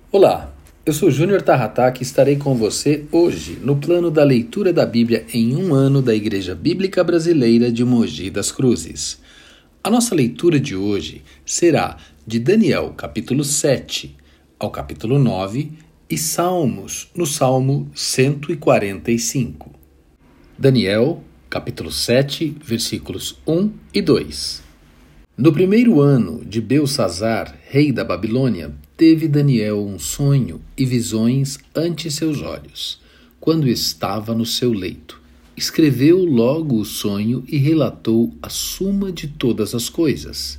Olá, eu sou Júnior Tarrataque e estarei com você hoje no plano da leitura da Bíblia em um ano da Igreja Bíblica Brasileira de Mogi das Cruzes. A nossa leitura de hoje será de Daniel, capítulo 7 ao capítulo 9 e Salmos, no Salmo 145. Daniel, capítulo 7, versículos 1 e 2. No primeiro ano de Belsazzar, rei da Babilônia, teve Daniel um sonho e visões ante seus olhos, quando estava no seu leito. Escreveu logo o sonho e relatou a suma de todas as coisas.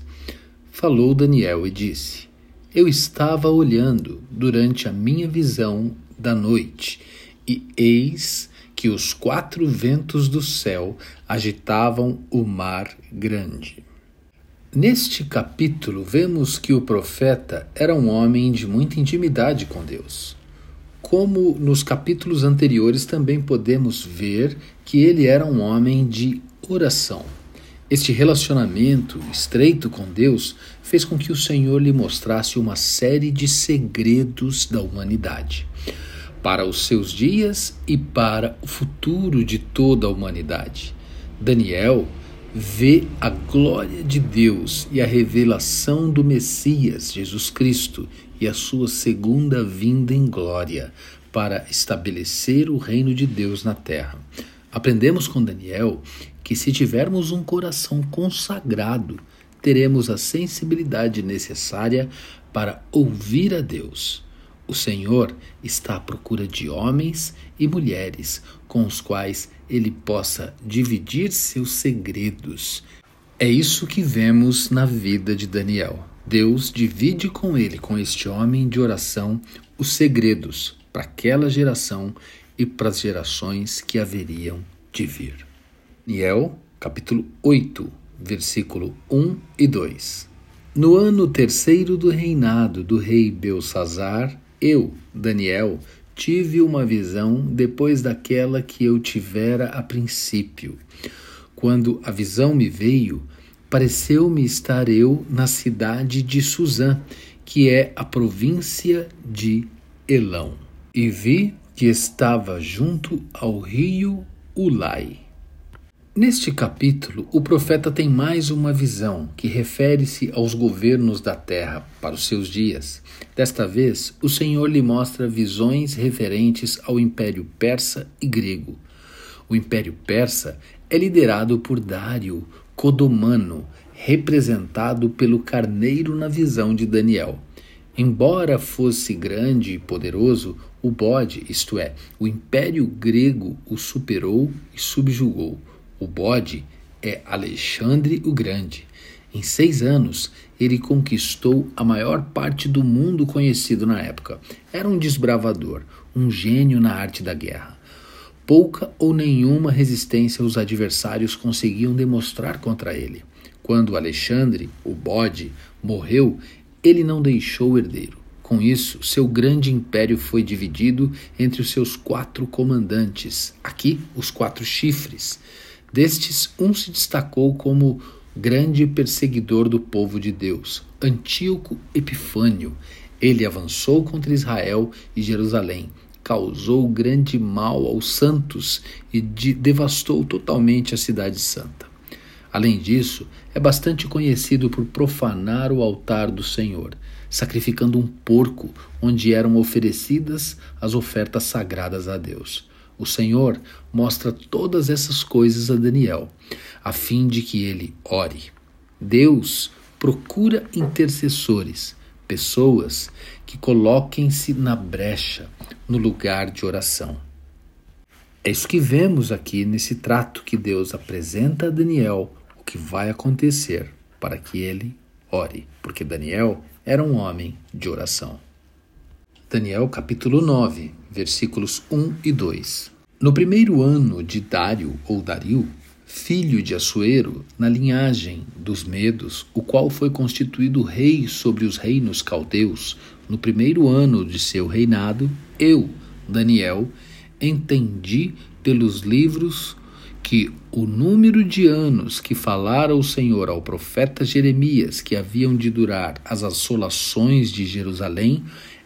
Falou Daniel e disse: Eu estava olhando durante a minha visão da noite, e eis que os 4 ventos do céu agitavam o mar grande. Neste capítulo, vemos que o profeta era um homem de muita intimidade com Deus. Como nos capítulos anteriores, também podemos ver que ele era um homem de oração. Este relacionamento estreito com Deus fez com que o Senhor lhe mostrasse uma série de segredos da humanidade, para os seus dias e para o futuro de toda a humanidade. Daniel vê a glória de Deus e a revelação do Messias, Jesus Cristo, e a sua segunda vinda em glória para estabelecer o reino de Deus na terra. Aprendemos com Daniel que se tivermos um coração consagrado, teremos a sensibilidade necessária para ouvir a Deus. O Senhor está à procura de homens e mulheres com os quais ele possa dividir seus segredos. É isso que vemos na vida de Daniel. Deus divide com ele, com este homem de oração, os segredos para aquela geração e para as gerações que haveriam de vir. Daniel, capítulo 8, versículo 1 e 2. No ano terceiro do reinado do rei Belsazzar, eu, Daniel, tive uma visão depois daquela que eu tivera a princípio. Quando a visão me veio, pareceu-me estar eu na cidade de Suzã, que é a província de Elão, e vi que estava junto ao rio Ulai. Neste capítulo, o profeta tem mais uma visão que refere-se aos governos da terra para os seus dias. Desta vez, o Senhor lhe mostra visões referentes ao Império Persa e Grego. O Império Persa é liderado por Dário Codomano, representado pelo carneiro na visão de Daniel. Embora fosse grande e poderoso, o bode, isto é, o Império Grego, o superou e subjugou. O bode é Alexandre o Grande. Em 6 anos, ele conquistou a maior parte do mundo conhecido na época. Era um desbravador, um gênio na arte da guerra. Pouca ou nenhuma resistência os adversários conseguiam demonstrar contra ele. Quando Alexandre, o bode, morreu, ele não deixou herdeiro. Com isso, seu grande império foi dividido entre os seus 4 comandantes. Aqui, os 4 chifres. Destes, um se destacou como grande perseguidor do povo de Deus, Antíoco Epifânio. Ele avançou contra Israel e Jerusalém, causou grande mal aos santos e devastou totalmente a cidade santa. Além disso, é bastante conhecido por profanar o altar do Senhor, sacrificando um porco onde eram oferecidas as ofertas sagradas a Deus. O Senhor mostra todas essas coisas a Daniel, a fim de que ele ore. Deus procura intercessores, pessoas que coloquem-se na brecha, no lugar de oração. É isso que vemos aqui nesse trato que Deus apresenta a Daniel, o que vai acontecer para que ele ore, porque Daniel era um homem de oração. Daniel capítulo 9, versículos 1 e 2. No primeiro ano de Dário ou Dario, filho de Assuero, na linhagem dos Medos, o qual foi constituído rei sobre os reinos caldeus, no primeiro ano de seu reinado, eu, Daniel, entendi pelos livros que o número de anos que falara o Senhor ao profeta Jeremias que haviam de durar as assolações de Jerusalém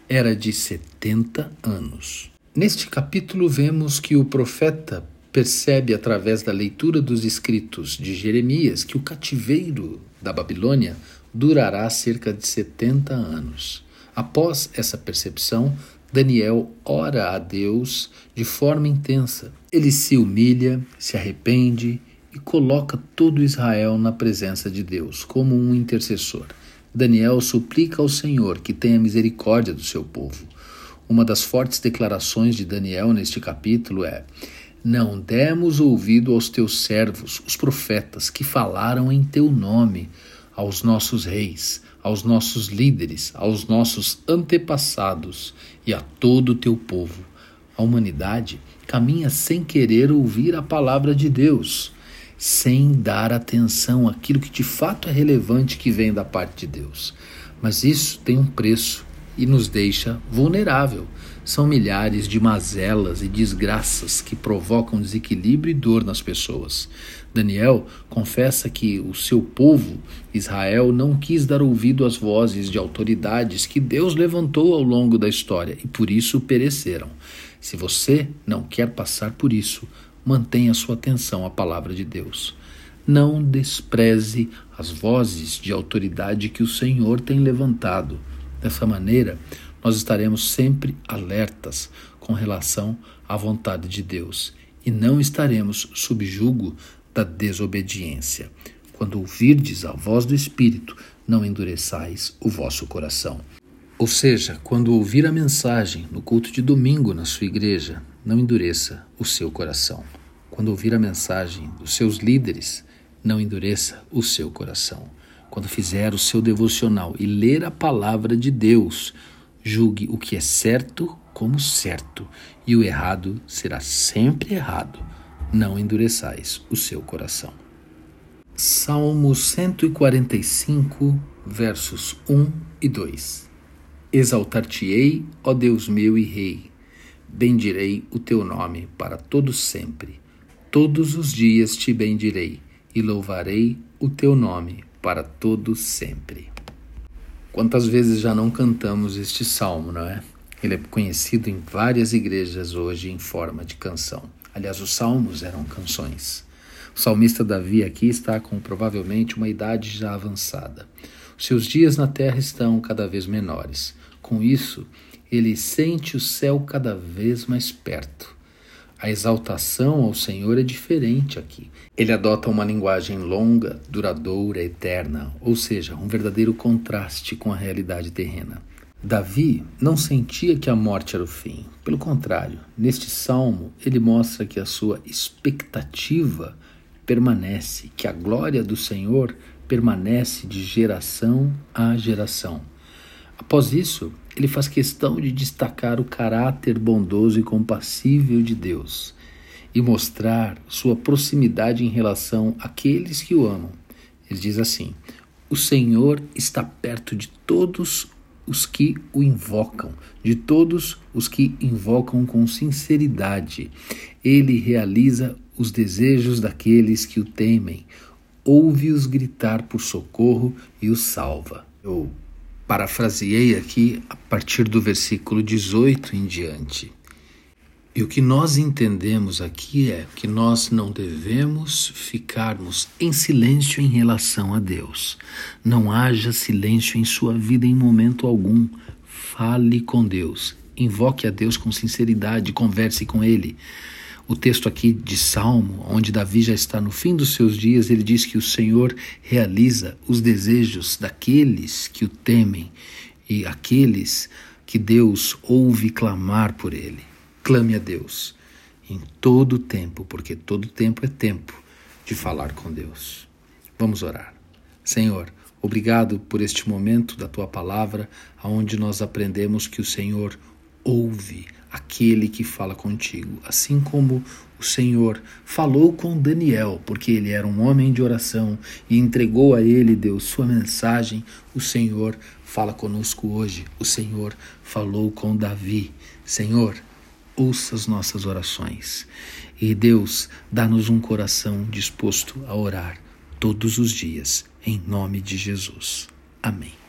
era de 70 anos. Neste capítulo vemos que o profeta percebe através da leitura dos escritos de Jeremias que o cativeiro da Babilônia durará cerca de 70 anos. Após essa percepção, Daniel ora a Deus de forma intensa. Ele se humilha, se arrepende e coloca todo Israel na presença de Deus, como um intercessor. Daniel suplica ao Senhor que tenha misericórdia do seu povo. Uma das fortes declarações de Daniel neste capítulo é: não demos ouvido aos teus servos, os profetas, que falaram em teu nome, aos nossos reis, aos nossos líderes, aos nossos antepassados e a todo o teu povo. A humanidade caminha sem querer ouvir a palavra de Deus, sem dar atenção àquilo que de fato é relevante que vem da parte de Deus. Mas isso tem um preço e nos deixa vulnerável. São milhares de mazelas e desgraças que provocam desequilíbrio e dor nas pessoas. Daniel confessa que o seu povo, Israel, não quis dar ouvido às vozes de autoridades que Deus levantou ao longo da história e por isso pereceram. Se você não quer passar por isso, mantenha sua atenção à palavra de Deus. Não despreze as vozes de autoridade que o Senhor tem levantado. Dessa maneira, nós estaremos sempre alertas com relação à vontade de Deus e não estaremos sob jugo da desobediência. Quando ouvirdes a voz do Espírito, não endureçais o vosso coração. Ou seja, quando ouvir a mensagem no culto de domingo na sua igreja, não endureça o seu coração. Quando ouvir a mensagem dos seus líderes, não endureça o seu coração. Quando fizer o seu devocional e ler a palavra de Deus, julgue o que é certo como certo, e o errado será sempre errado. Não endureçais o seu coração. Salmo 145, versos 1 e 2. Exaltar-te-ei, ó Deus meu e Rei, bendirei o teu nome para todo sempre. Todos os dias te bendirei e louvarei o teu nome para todo sempre. Quantas vezes já não cantamos este salmo, não é? Ele é conhecido em várias igrejas hoje em forma de canção. Aliás, os salmos eram canções. O salmista Davi aqui está com provavelmente uma idade já avançada. Os seus dias na terra estão cada vez menores. Com isso, ele sente o céu cada vez mais perto. A exaltação ao Senhor é diferente aqui. Ele adota uma linguagem longa, duradoura, eterna, ou seja, um verdadeiro contraste com a realidade terrena. Davi não sentia que a morte era o fim. Pelo contrário, neste salmo ele mostra que a sua expectativa permanece, que a glória do Senhor permanece de geração a geração. Após isso, ele faz questão de destacar o caráter bondoso e compassível de Deus e mostrar sua proximidade em relação àqueles que o amam. Ele diz assim: o Senhor está perto de todos os que o invocam, de todos os que invocam com sinceridade. Ele realiza os desejos daqueles que o temem, ouve-os gritar por socorro e os salva. Eu parafraseei aqui a partir do versículo 18 em diante. E o que nós entendemos aqui é que nós não devemos ficarmos em silêncio em relação a Deus. Não haja silêncio em sua vida em momento algum. Fale com Deus. Invoque a Deus com sinceridade, converse com Ele. O texto aqui de Salmo, onde Davi já está no fim dos seus dias, ele diz que o Senhor realiza os desejos daqueles que o temem e aqueles que Deus ouve clamar por Ele. Clame a Deus em todo o tempo, porque todo tempo é tempo de falar com Deus. Vamos orar. Senhor, obrigado por este momento da Tua palavra, onde nós aprendemos que o Senhor ouve aquele que fala contigo, assim como o Senhor falou com Daniel, porque ele era um homem de oração e entregou a ele, Deus, sua mensagem. O Senhor fala conosco hoje. O Senhor falou com Davi. Senhor, ouça as nossas orações. E Deus, dá-nos um coração disposto a orar todos os dias, em nome de Jesus. Amém.